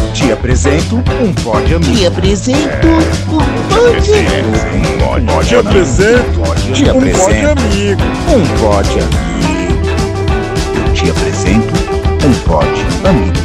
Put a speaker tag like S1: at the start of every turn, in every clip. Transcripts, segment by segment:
S1: Te apresento um Pod Amigo.
S2: Te apresento um Pod Amigo.
S1: Te apresento um Pod Amigo. Um Pod Amigo. Eu te apresento um Pod Amigo.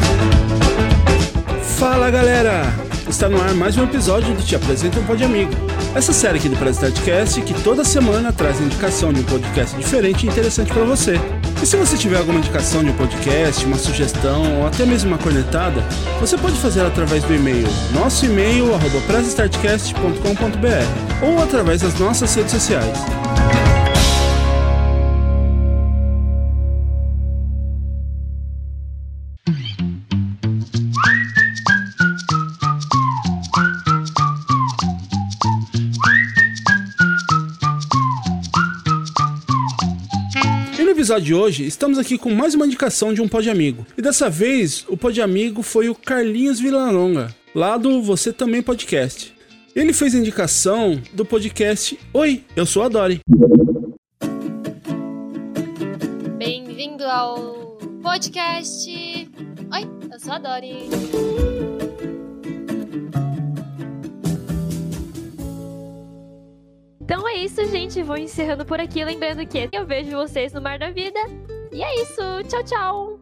S3: Fala galera! Está no ar mais um episódio do Te Apresento um Pod Amigo. Essa série aqui do Prestartcast que toda semana traz indicação de um podcast diferente e interessante para você. E se você tiver alguma indicação de um podcast, uma sugestão ou até mesmo uma cornetada, você pode fazer através do e-mail, nosso e-mail @prestartcast.com.br ou através das nossas redes sociais. No episódio de hoje, estamos aqui com mais uma indicação de um Pod Amigo. E dessa vez, o Pod Amigo foi o Carlinhos Villalonga, lá do Você Também Podcast. Ele fez a indicação do podcast Oi, eu sou a Dori.
S4: Bem-vindo ao podcast Oi, eu sou a Dori.
S5: Então é isso, gente. Vou encerrando por aqui. Lembrando que eu vejo vocês no Mar da Vida. E é isso. Tchau, tchau.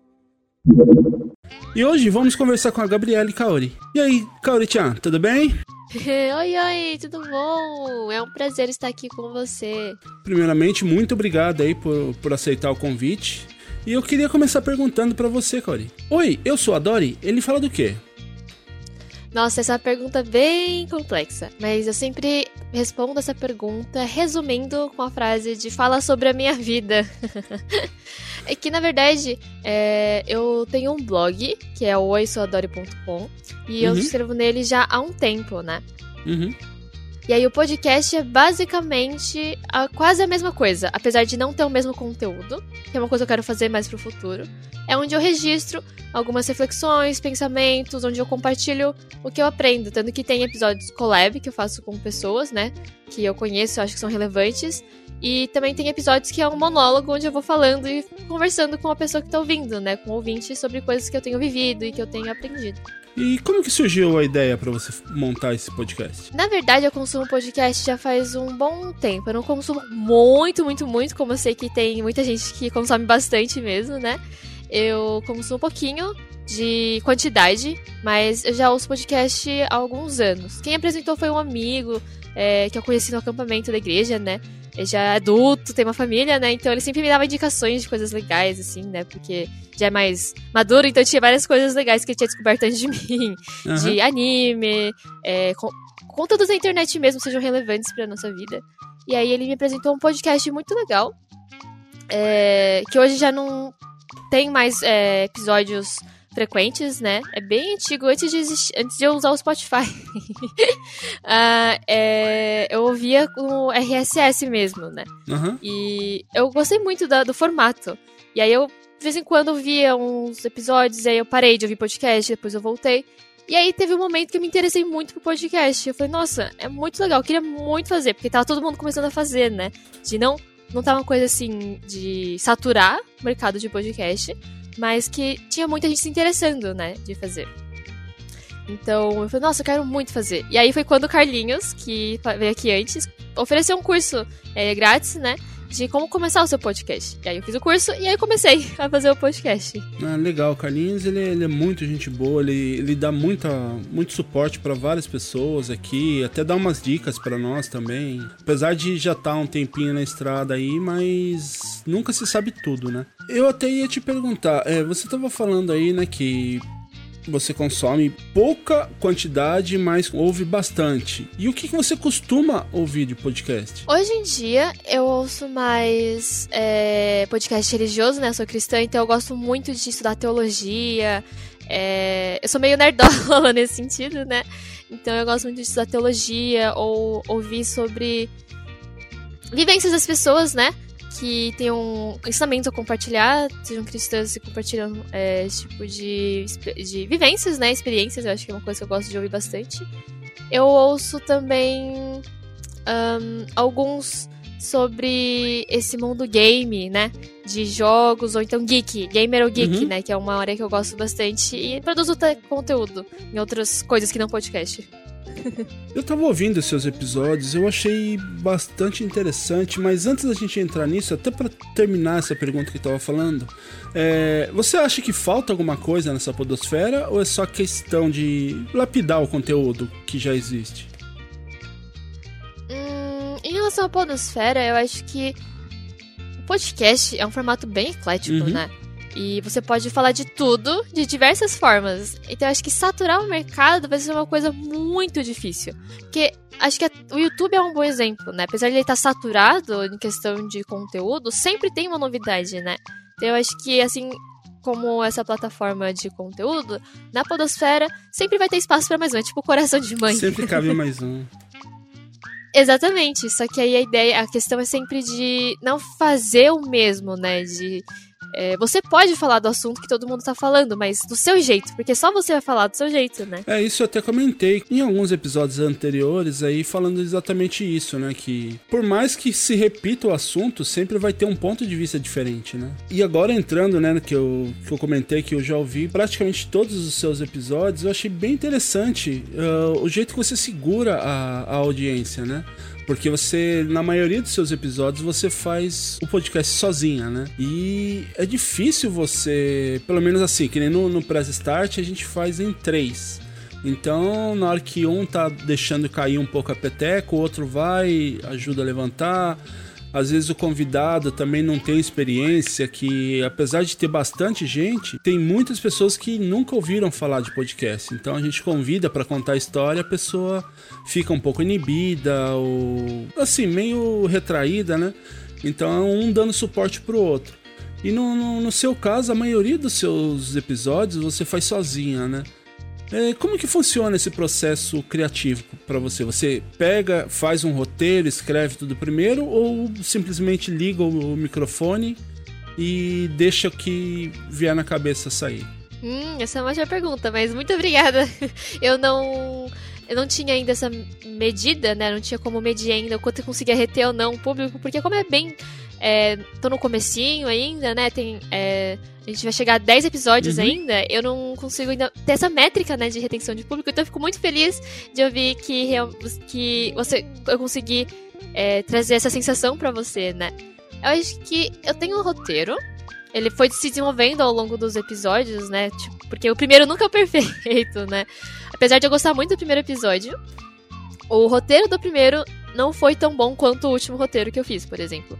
S3: E hoje vamos conversar com a Gabriele Kaori. E aí, Kaori-chan, tudo bem?
S4: Oi, tudo bom? É um prazer estar aqui com você.
S3: Primeiramente, muito obrigado aí por aceitar o convite. E eu queria começar perguntando pra você, Kaori. Oi, eu sou a Dori. Ele fala do quê?
S4: Nossa, essa pergunta é bem complexa, mas eu sempre respondo essa pergunta resumindo com a frase de fala sobre a minha vida. É que, na verdade, eu tenho um blog, que é o oisoadore.com, e eu escrevo nele já há um tempo, né? E aí o podcast é basicamente quase a mesma coisa, apesar de não ter o mesmo conteúdo, que é uma coisa que eu quero fazer mais pro futuro. É onde eu registro algumas reflexões, pensamentos, onde eu compartilho o que eu aprendo. Tanto que tem episódios collab que eu faço com pessoas, né, que eu conheço, eu acho que são relevantes. E também tem episódios que é um monólogo, onde eu vou falando e conversando com a pessoa que tá ouvindo, né, com o ouvinte, sobre coisas que eu tenho vivido e que eu tenho aprendido.
S3: E como que surgiu a ideia pra você montar esse podcast?
S4: Na verdade, eu consumo podcast já faz um bom tempo. Eu não consumo muito, como eu sei que tem muita gente que consome bastante mesmo, né? Eu consumo um pouquinho de quantidade, mas eu já ouço podcast há alguns anos. Quem apresentou foi um amigo que eu conheci no acampamento da igreja, né? Ele já é adulto, tem uma família, né? Então ele sempre me dava indicações de coisas legais, assim, né? Porque já é mais maduro, então tinha várias coisas legais que ele tinha descoberto antes de mim. De anime, conteúdos da internet mesmo sejam relevantes pra nossa vida. E aí ele me apresentou um podcast muito legal, que hoje já não tem mais episódios frequentes, né? É bem antigo, antes de eu usar o Spotify. Eu ouvia com RSS mesmo, né? E eu gostei muito do formato. E aí eu, de vez em quando, ouvia uns episódios, e aí eu parei de ouvir podcast, depois eu voltei. E aí teve um momento que eu me interessei muito pro podcast. Eu falei, nossa, é muito legal, eu queria muito fazer, porque tava todo mundo começando a fazer, né? De não tá uma coisa assim de saturar o mercado de podcast, mas que tinha muita gente se interessando, né, de fazer. Então eu falei, nossa, eu quero muito fazer. E aí foi quando o Carlinhos, que veio aqui antes, ofereceu um curso grátis, né, de como começar o seu podcast. E aí eu fiz o curso e aí eu comecei a fazer o podcast.
S3: Legal, o Carlinhos, ele é muito gente boa, ele dá muito suporte para várias pessoas aqui, até dá umas dicas para nós também. Apesar de já estar um tempinho na estrada aí, mas nunca se sabe tudo, né? Eu até ia te perguntar, você tava falando aí, né, que você consome pouca quantidade, mas ouve bastante. E o que você costuma ouvir de podcast?
S4: Hoje em dia, eu ouço mais podcast religioso, né? Eu sou cristã, então eu gosto muito de estudar teologia. Eu sou meio nerdola nesse sentido, né? Então eu gosto muito de estudar teologia ou ouvir sobre vivências das pessoas, né? Que tem um ensinamento a compartilhar, sejam cristãs e compartilham esse tipo de vivências, né, experiências, eu acho que é uma coisa que eu gosto de ouvir bastante. Eu ouço também alguns sobre esse mundo game, né? De jogos, ou então geek, gamer ou geek, né? Que é uma área que eu gosto bastante e produzo conteúdo em outras coisas que não podcast.
S3: Eu tava ouvindo seus episódios, eu achei bastante interessante, mas antes da gente entrar nisso, até pra terminar essa pergunta que eu tava falando, você acha que falta alguma coisa nessa podosfera ou é só questão de lapidar o conteúdo que já existe?
S4: Em relação à podosfera, eu acho que o podcast é um formato bem eclético, né? E você pode falar de tudo, de diversas formas. Então eu acho que saturar o mercado vai ser uma coisa muito difícil. Porque acho que o YouTube é um bom exemplo, né? Apesar de ele estar saturado em questão de conteúdo, sempre tem uma novidade, né? Então eu acho que, assim como essa plataforma de conteúdo, na podosfera sempre vai ter espaço para mais um. É tipo coração de mãe.
S3: Sempre cabe mais um.
S4: Exatamente, só que aí a questão é sempre de não fazer o mesmo, né? Você pode falar do assunto que todo mundo tá falando, mas do seu jeito, porque só você vai falar do seu jeito, né?
S3: Isso eu até comentei em alguns episódios anteriores aí, falando exatamente isso, né? Que por mais que se repita o assunto, sempre vai ter um ponto de vista diferente, né? E agora entrando, né, que eu comentei que eu já ouvi praticamente todos os seus episódios, eu achei bem interessante o jeito que você segura a audiência, né? Porque você, na maioria dos seus episódios, você faz o podcast sozinha, né? E é difícil você, pelo menos assim, que nem no Press Start, a gente faz em 3. Então, na hora que um tá deixando cair um pouco a peteca, o outro vai, ajuda a levantar. Às vezes o convidado também não tem experiência, que apesar de ter bastante gente, tem muitas pessoas que nunca ouviram falar de podcast. Então a gente convida para contar a história, a pessoa fica um pouco inibida ou assim, meio retraída, né? Então é um dando suporte pro outro. E no seu caso, a maioria dos seus episódios você faz sozinha, né? Como que funciona esse processo criativo para você? Você pega, faz um roteiro, escreve tudo primeiro ou simplesmente liga o microfone e deixa o que vier na cabeça sair?
S4: Essa é uma ótima pergunta, mas muito obrigada. Eu não tinha ainda essa medida, né? Não tinha como medir ainda o quanto eu conseguia reter ou não o público, porque como é bem... tô no comecinho ainda, né? A gente vai chegar a 10 episódios ainda. Eu não consigo ainda ter essa métrica, né, de retenção de público. Então eu fico muito feliz de ouvir que eu consegui trazer essa sensação pra você, né? Eu acho que eu tenho um roteiro. Ele foi se desenvolvendo ao longo dos episódios, né? Porque o primeiro nunca é perfeito, né? Apesar de eu gostar muito do primeiro episódio, o roteiro do primeiro não foi tão bom quanto o último roteiro que eu fiz, por exemplo.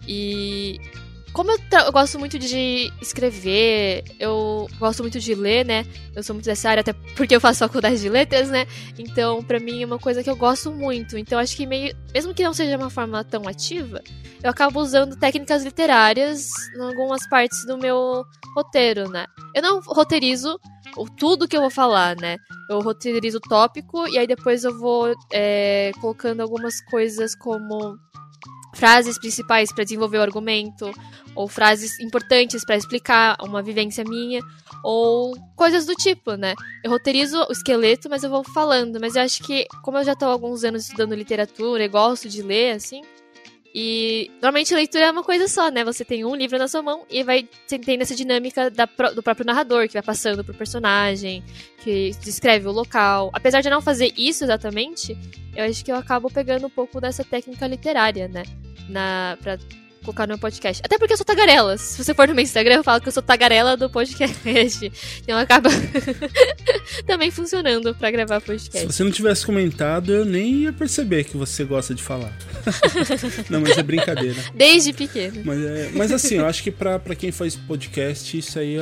S4: E como eu gosto muito de escrever, eu gosto muito de ler, né? Eu sou muito dessa área, até porque eu faço faculdade de letras, né? Então, pra mim, é uma coisa que eu gosto muito. Então, acho que mesmo que não seja uma forma tão ativa, eu acabo usando técnicas literárias em algumas partes do meu roteiro, né? Eu não roteirizo tudo que eu vou falar, né? Eu roteirizo o tópico e aí depois eu vou colocando algumas coisas como frases principais para desenvolver o argumento, ou frases importantes para explicar uma vivência minha, ou coisas do tipo, né? Eu roteirizo o esqueleto, mas eu vou falando. Mas eu acho que, como eu já tô há alguns anos estudando literatura e gosto de ler, assim, e normalmente a leitura é uma coisa só, né? Você tem um livro na sua mão e vai tendo essa dinâmica do próprio narrador, que vai passando pro personagem, que descreve o local. Apesar de eu não fazer isso exatamente, eu acho que eu acabo pegando um pouco dessa técnica literária, né? Pra colocar no meu podcast. Até porque eu sou tagarela. Se você for no meu Instagram, eu falo que eu sou tagarela do podcast. Então acaba também funcionando pra gravar podcast.
S3: Se você não tivesse comentado, eu nem ia perceber que você gosta de falar. Não, mas é brincadeira.
S4: Desde pequeno.
S3: Mas assim, eu acho que pra quem faz podcast, isso aí é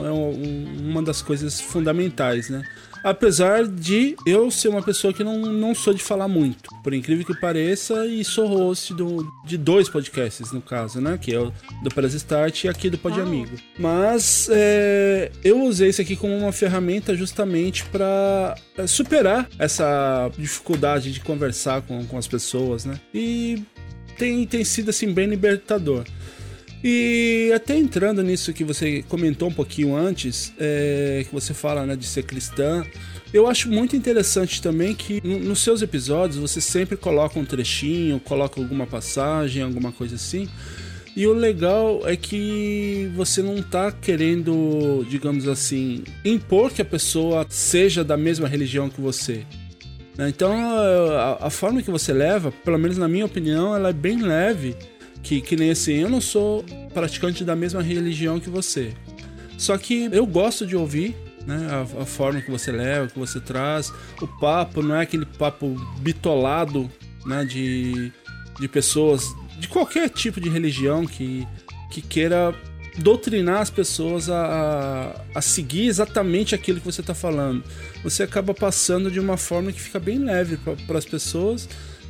S3: uma das coisas fundamentais, né? Apesar de eu ser uma pessoa que não sou de falar muito, por incrível que pareça, e sou host de 2 podcasts, no caso, né? Que é o do Press Start e aqui do Pod Amigo. Mas eu usei isso aqui como uma ferramenta justamente para superar essa dificuldade de conversar com as pessoas, né? E tem sido, assim, bem libertador. E até entrando nisso que você comentou um pouquinho antes, que você fala, né, de ser cristã, eu acho muito interessante também que nos seus episódios você sempre coloca um trechinho, coloca alguma passagem, alguma coisa assim. E o legal é que você não tá querendo, digamos assim, impor que a pessoa seja da mesma religião que você. Então a forma que você leva, pelo menos na minha opinião, ela é bem leve. Que nem assim, eu não sou praticante da mesma religião que você. Só que eu gosto de ouvir, né, a forma que você leva, que você traz. O papo não é aquele papo bitolado, né, de pessoas de qualquer tipo de religião que queira doutrinar as pessoas a seguir exatamente aquilo que você está falando. Você acaba passando de uma forma que fica bem leve para as pessoas.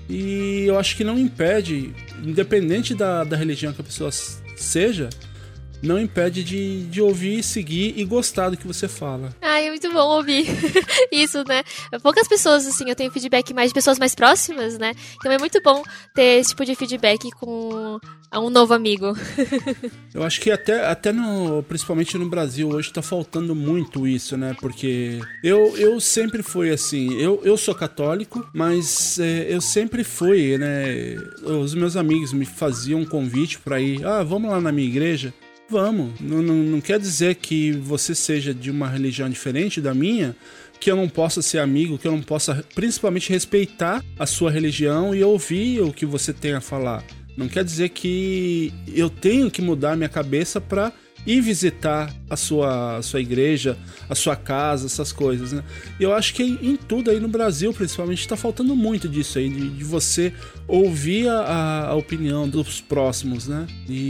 S3: E eu acho que não impede, independente da religião que a pessoa seja, não impede de ouvir, seguir e gostar do que você fala.
S4: Ai, é muito bom ouvir isso, né? Poucas pessoas, assim, eu tenho feedback mais de pessoas mais próximas, né? Então é muito bom ter esse tipo de feedback com um novo amigo.
S3: Eu acho que até principalmente no Brasil hoje tá faltando muito isso, né? Porque eu sempre fui assim, eu sou católico, mas eu sempre fui, né? Os meus amigos me faziam um convite pra ir, vamos lá na minha igreja? Vamos, não quer dizer que você seja de uma religião diferente da minha, que eu não possa ser amigo, que eu não possa principalmente respeitar a sua religião e ouvir o que você tem a falar. Não quer dizer que eu tenho que mudar minha cabeça para ir visitar a sua igreja, a sua casa, essas coisas, né? E eu acho que em tudo aí no Brasil, principalmente, está faltando muito disso aí, de você ouvir a opinião dos próximos, né?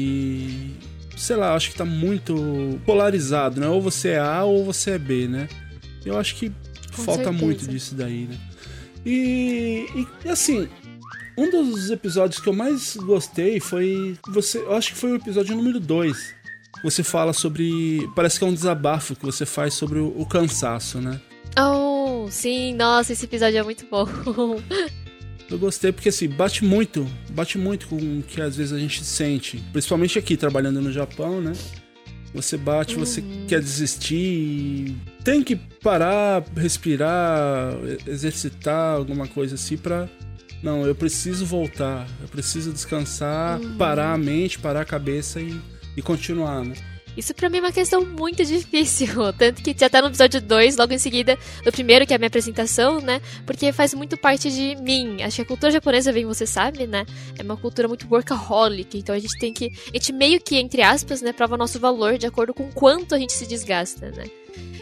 S3: E sei lá, acho que tá muito polarizado, né? Ou você é A ou você é B, né? Eu acho que falta muito disso daí, né? E assim, um dos episódios que eu mais gostei foi eu acho que foi o episódio número 2. Você fala sobre, parece que é um desabafo que você faz sobre o cansaço, né?
S4: Oh, sim, nossa, esse episódio é muito bom.
S3: Eu gostei porque, assim, bate muito com o que às vezes a gente sente. Principalmente aqui, trabalhando no Japão, né? Você bate, você quer desistir. Tem que parar, respirar, exercitar, alguma coisa assim pra... Não, eu preciso voltar. Eu preciso descansar, parar a mente, parar a cabeça e continuar, né?
S4: Isso pra mim é uma questão muito difícil, tanto que já tá no episódio 2, logo em seguida do primeiro, que é a minha apresentação, né, porque faz muito parte de mim. Acho que a cultura japonesa, bem você sabe, né, é uma cultura muito workaholic, então a gente meio que, entre aspas, né, prova nosso valor de acordo com quanto a gente se desgasta, né.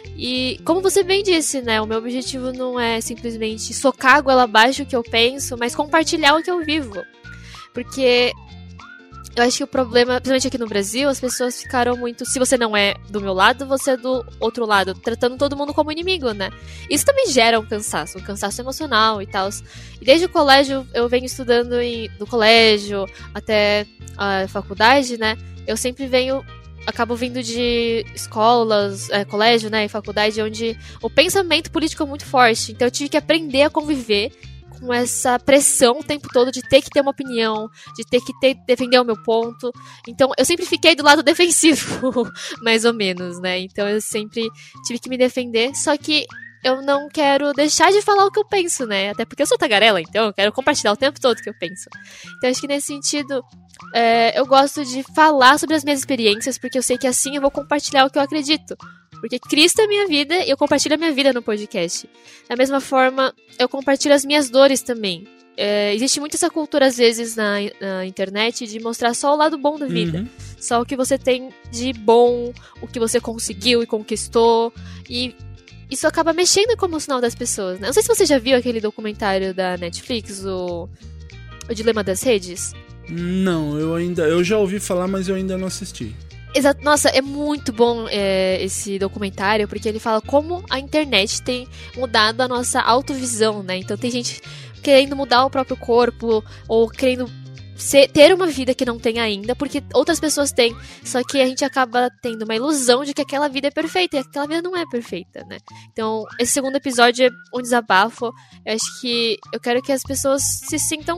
S4: E como você bem disse, né, o meu objetivo não é simplesmente socar a goela abaixo o que eu penso, mas compartilhar o que eu vivo, porque... Eu acho que o problema, principalmente aqui no Brasil, as pessoas ficaram muito... Se você não é do meu lado, você é do outro lado, tratando todo mundo como inimigo, né? Isso também gera um cansaço emocional e tal. E desde o colégio, eu venho estudando do colégio até a faculdade, né? Eu sempre acabo vindo de escolas, colégio, né, e faculdade, onde o pensamento político é muito forte. Então eu tive que aprender a conviver com essa pressão o tempo todo de ter que ter uma opinião, de ter que defender o meu ponto. Então, eu sempre fiquei do lado defensivo, mais ou menos, né? Então, eu sempre tive que me defender, só que eu não quero deixar de falar o que eu penso, né? Até porque eu sou tagarela, então eu quero compartilhar o tempo todo o que eu penso. Então, acho que nesse sentido, eu gosto de falar sobre as minhas experiências, porque eu sei que assim eu vou compartilhar o que eu acredito. Porque Cristo é a minha vida e eu compartilho a minha vida no podcast. Da mesma forma, eu compartilho as minhas dores também. Existe muito essa cultura, às vezes, na internet, de mostrar só o lado bom da vida. Só o que você tem de bom, o que você conseguiu e conquistou. E isso acaba mexendo com o emocional das pessoas, né? Não sei se você já viu aquele documentário da Netflix, o Dilema das Redes.
S3: Não, eu já ouvi falar, mas eu ainda não assisti.
S4: Exato, nossa, é muito bom esse documentário, porque ele fala como a internet tem mudado a nossa autovisão, né? Então tem gente querendo mudar o próprio corpo, ou querendo ter uma vida que não tem ainda, porque outras pessoas têm, só que a gente acaba tendo uma ilusão de que aquela vida é perfeita, e aquela vida não é perfeita, né? Então, esse segundo episódio é um desabafo. Eu acho que eu quero que as pessoas se sintam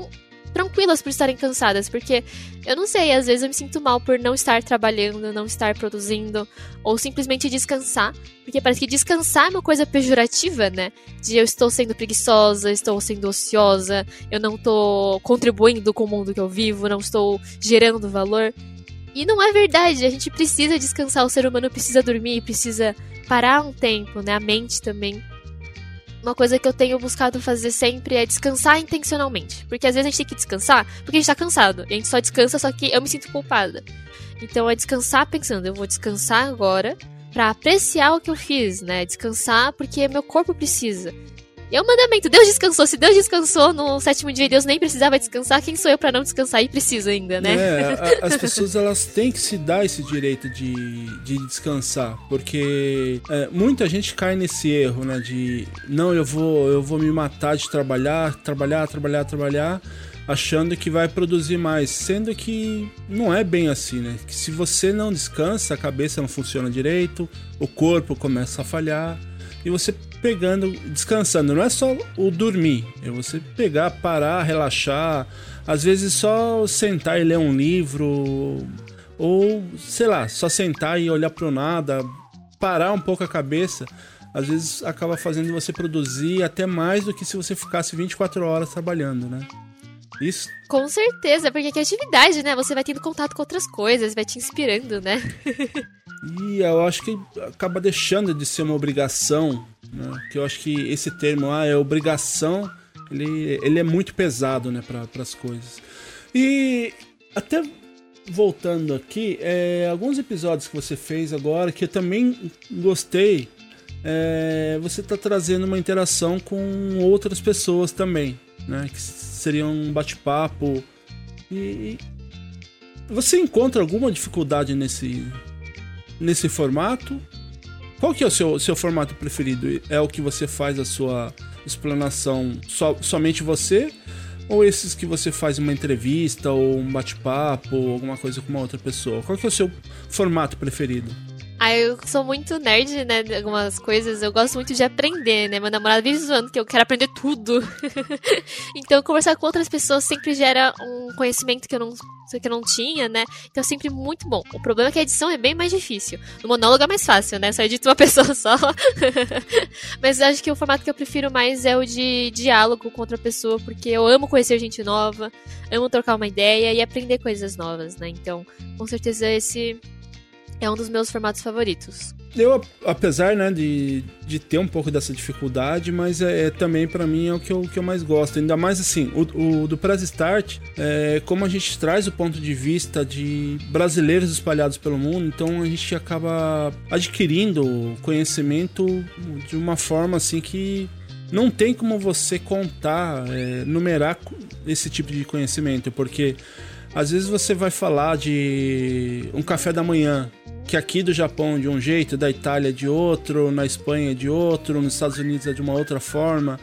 S4: tranquilas por estarem cansadas, porque eu não sei, às vezes eu me sinto mal por não estar trabalhando, não estar produzindo, ou simplesmente descansar, porque parece que descansar é uma coisa pejorativa, né? De eu estou sendo preguiçosa, estou sendo ociosa, eu não estou contribuindo com o mundo que eu vivo, não estou gerando valor. E não é verdade, a gente precisa descansar, o ser humano precisa dormir, precisa parar um tempo, né? A mente também. Uma coisa que eu tenho buscado fazer sempre é descansar intencionalmente. Porque às vezes a gente tem que descansar porque a gente tá cansado. E a gente só descansa, só que eu me sinto culpada. Então é descansar pensando, eu vou descansar agora pra apreciar o que eu fiz, né? Descansar porque meu corpo precisa. E é um mandamento, Deus descansou. Se Deus descansou no 7º dia e Deus nem precisava descansar, quem sou eu pra não descansar e preciso ainda, né?
S3: As pessoas, elas têm que se dar esse direito de descansar, porque muita gente cai nesse erro, né? De, não, eu vou me matar de trabalhar, achando que vai produzir mais, sendo que não é bem assim, né? Que se você não descansa, a cabeça não funciona direito, o corpo começa a falhar, e você descansando, não é só o dormir, é você pegar, parar, relaxar, às vezes só sentar e ler um livro, ou sei lá, só sentar e olhar pro nada, parar um pouco a cabeça, às vezes acaba fazendo você produzir até mais do que se você ficasse 24 horas trabalhando, né? Isso.
S4: Com certeza, porque é criatividade, né? Você vai tendo contato com outras coisas, vai te inspirando, né?
S3: E eu acho que acaba deixando de ser uma obrigação, né? Que eu acho que esse termo, é obrigação, ele é muito pesado, né, para as coisas. E até voltando aqui, alguns episódios que você fez agora, que eu também gostei, você tá trazendo uma interação com outras pessoas também, né, que seria um bate-papo. E você encontra alguma dificuldade nesse formato? Qual que é o seu formato preferido? É o que você faz a sua explanação somente você? Ou esses que você faz uma entrevista ou um bate-papo ou alguma coisa com uma outra pessoa? Qual que é o seu formato preferido?
S4: Eu sou muito nerd, né, de algumas coisas. Eu gosto muito de aprender, né? Meu namorado vive zoando que eu quero aprender tudo. Então, conversar com outras pessoas sempre gera um conhecimento que eu não tinha, né? Então, é sempre muito bom. O problema é que a edição é bem mais difícil. No monólogo é mais fácil, né? Só edito uma pessoa só. Mas eu acho que o formato que eu prefiro mais é o de diálogo com outra pessoa, porque eu amo conhecer gente nova, amo trocar uma ideia e aprender coisas novas, né? Então, com certeza esse é um dos meus formatos favoritos.
S3: Eu, apesar, né, de ter um pouco dessa dificuldade, mas também pra mim é o que eu mais gosto. Ainda mais assim, o do Press Start, como a gente traz o ponto de vista de brasileiros espalhados pelo mundo, então a gente acaba adquirindo conhecimento de uma forma assim que não tem como você contar, numerar esse tipo de conhecimento, porque às vezes você vai falar de um café da manhã, que aqui do Japão é de um jeito, da Itália de outro, na Espanha de outro, nos Estados Unidos é de uma outra forma.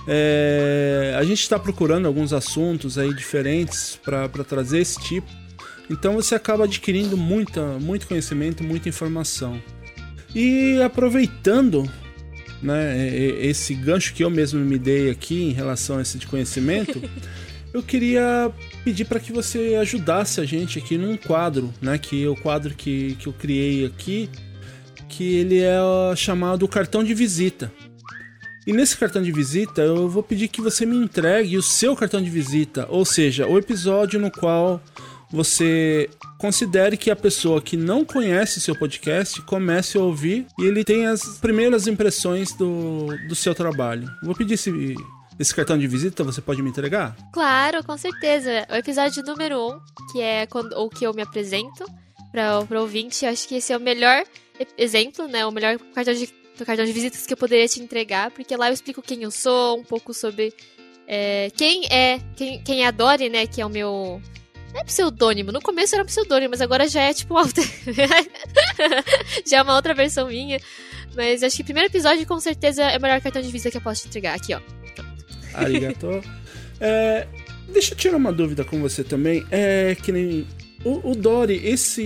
S3: A gente está procurando alguns assuntos aí diferentes para trazer esse tipo. Então você acaba adquirindo muito conhecimento, muita informação. E aproveitando, né, esse gancho que eu mesmo me dei aqui em relação a esse de conhecimento, eu queria pedir para que você ajudasse a gente aqui num quadro, né? Que é o quadro que eu criei aqui, que ele é chamado Cartão de Visita. E nesse cartão de visita eu vou pedir que você me entregue o seu cartão de visita, ou seja, o episódio no qual você considere que a pessoa que não conhece seu podcast comece a ouvir e ele tem as primeiras impressões do seu trabalho. Vou pedir esse cartão de visita, você pode me entregar?
S4: Claro, com certeza. O episódio número 1, que é o que eu me apresento para o ouvinte, acho que esse é o melhor exemplo, né? O melhor cartão de visitas que eu poderia te entregar, porque lá eu explico quem eu sou, um pouco sobre quem é a Dori, né? Que é o meu... Não é pseudônimo. No começo era um pseudônimo, mas agora já é tipo já é uma outra versão minha. Mas acho que o primeiro episódio, com certeza, é o melhor cartão de visita que eu posso te entregar. Aqui, ó.
S3: Arigato. Deixa eu tirar uma dúvida com você também. Que nem o Dori,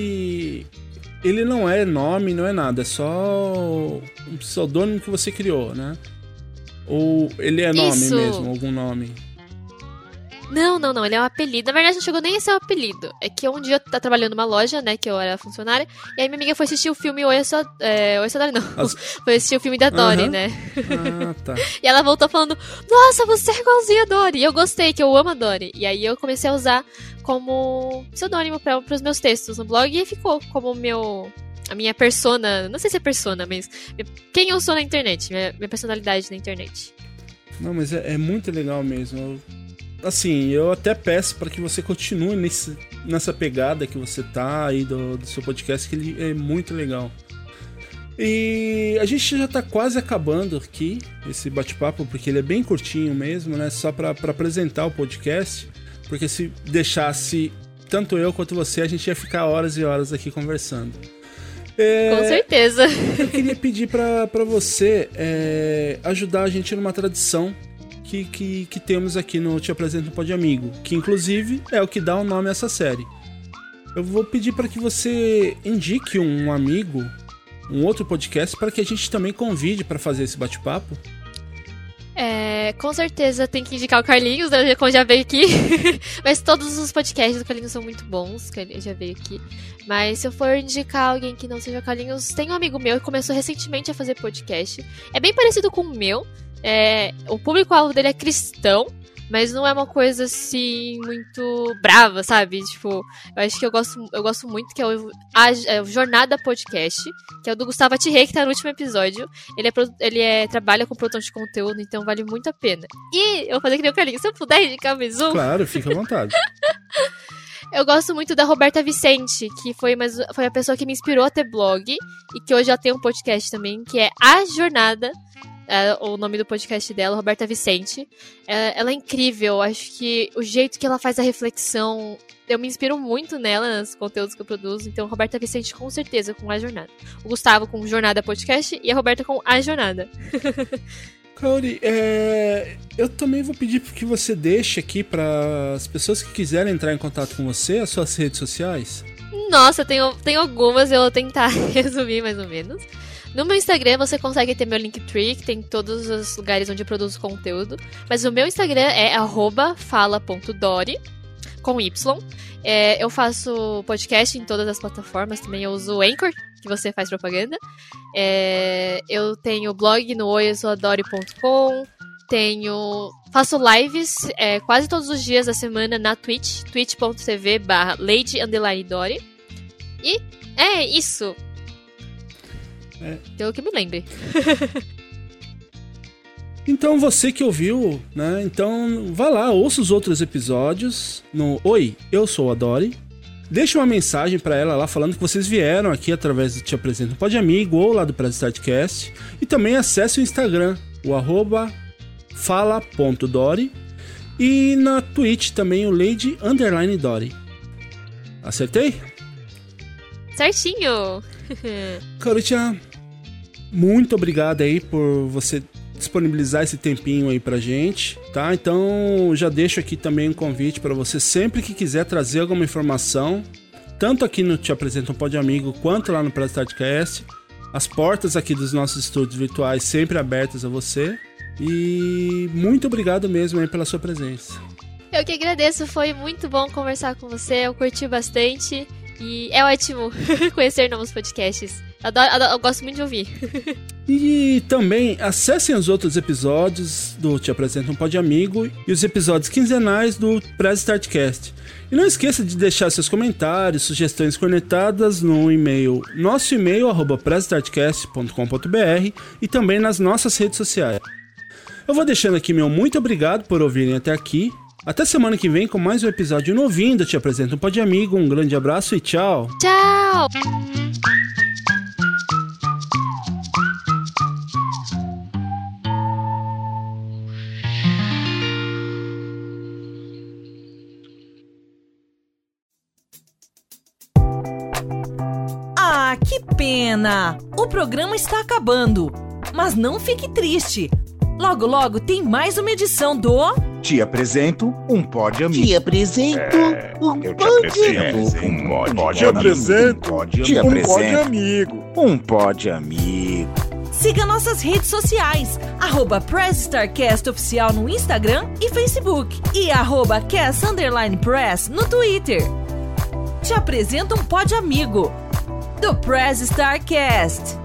S3: ele não é nome, não é nada, é só um pseudônimo que você criou, né? Ou ele é nome mesmo, algum nome?
S4: Não, ele é um apelido. Na verdade, não chegou nem a ser um apelido. É que um dia eu tava trabalhando numa loja, né, que eu era funcionária, e aí minha amiga foi assistir o filme Oi, eu sou Dory, não. Foi assistir o filme da Dory, né?
S3: Ah, tá.
S4: E ela voltou falando, nossa, você é igualzinha a Dory. E eu gostei, que eu amo a Dory. E aí eu comecei a usar como pseudônimo pros meus textos no blog, e ficou como a minha persona, não sei se é persona, mas quem eu sou na internet, minha personalidade na internet.
S3: Não, mas é muito legal mesmo. Assim, eu até peço para que você continue nessa pegada que você tá aí do seu podcast, que ele é muito legal. E a gente já tá quase acabando aqui esse bate-papo, porque ele é bem curtinho mesmo, né? Só para apresentar o podcast, porque se deixasse tanto eu quanto você, a gente ia ficar horas e horas aqui conversando.
S4: Com certeza.
S3: Eu queria pedir para você ajudar a gente numa tradição que temos aqui no Te Apresento um Pod Amigo, que inclusive é o que dá o nome a essa série. Eu vou pedir para que você indique um amigo, um outro podcast, para que a gente também convide para fazer esse bate-papo.
S4: Com certeza tem que indicar o Carlinhos, né, como já veio aqui. Mas todos os podcasts do Carlinhos são muito bons, que ele já veio aqui. Mas se eu for indicar alguém que não seja o Carlinhos, tem um amigo meu que começou recentemente a fazer podcast. É bem parecido com o meu. O público-alvo dele é cristão, mas não é uma coisa assim muito brava, sabe? Tipo, eu acho que eu gosto muito, que é o Jornada Podcast, que é o do Gustavo Atirrey, que tá no último episódio. Ele trabalha com produção de conteúdo, então vale muito a pena. E eu vou fazer que nem o Carlinhos, se eu puder indicar mais um.
S3: Claro, fica à vontade.
S4: Eu gosto muito da Roberta Vicente, que foi a pessoa que me inspirou a ter blog, e que hoje ela tem um podcast também, que é A Jornada. O nome do podcast dela, Roberta Vicente. Ela é incrível, acho que o jeito que ela faz a reflexão, eu me inspiro muito nela, nos conteúdos que eu produzo. Então, Roberta Vicente, com certeza, com A Jornada. O Gustavo com Jornada Podcast e a Roberta com A Jornada.
S3: Kaori, eu também vou pedir que você deixe aqui para as pessoas que quiserem entrar em contato com você, as suas redes sociais.
S4: Nossa, tem algumas, eu vou tentar resumir mais ou menos. No meu Instagram você consegue ter meu Linktree, que tem todos os lugares onde eu produzo conteúdo. Mas o meu Instagram é @fala.dory, com Y. Eu faço podcast em todas as plataformas, também eu uso o Anchor, que você faz propaganda. Eu tenho blog no oiosouadory.com. Faço lives quase todos os dias da semana na Twitch, twitch.tv/lady_dory. E é isso. Pelo que me lembre.
S3: Então você que ouviu, né? Então vá lá, ouça os outros episódios no Oi, eu sou a Dory. Deixa uma mensagem pra ela lá falando que vocês vieram aqui através do Te Apresento um Pod Amigo ou lá do Press Startcast. E também acesse o Instagram, o @fala.dory. E na Twitch também o Lady_Dory. Acertei?
S4: Certinho!
S3: Kaoritia, muito obrigado aí por você disponibilizar esse tempinho aí pra gente, tá? Então já deixo aqui também um convite para você, sempre que quiser trazer alguma informação, tanto aqui no Te Apresento um Pod Amigo quanto lá no Press Startcast, as portas aqui dos nossos estúdios virtuais sempre abertas a você. E muito obrigado mesmo aí pela sua presença.
S4: Eu que agradeço, foi muito bom conversar com você, eu curti bastante e é ótimo conhecer novos podcasts. Eu gosto muito de ouvir.
S3: E também acessem os outros episódios do Te Apresento um Pod Amigo e os episódios quinzenais do Press Startcast. E não esqueça de deixar seus comentários, sugestões cornetadas no e-mail, nosso e-mail @pressstartcast.com.br e também nas nossas redes sociais. Eu vou deixando aqui meu muito obrigado por ouvirem até aqui. Até semana que vem com mais um episódio novinho do Te Apresento um Pod Amigo. Um grande abraço e tchau!
S4: Tchau!
S6: Ah, que pena! O programa está acabando. Mas não fique triste. Logo, logo tem mais uma edição do...
S1: Te Apresento um Pod Amigo.
S2: Te apresento um
S1: Pod Amigo.
S2: Pod Amigo.
S1: Um Pod Amigo.
S6: Siga nossas redes sociais, @PressStarCast Oficial no Instagram e Facebook e @Cast_Press no Twitter. Te apresento um pod amigo do Press Starcast.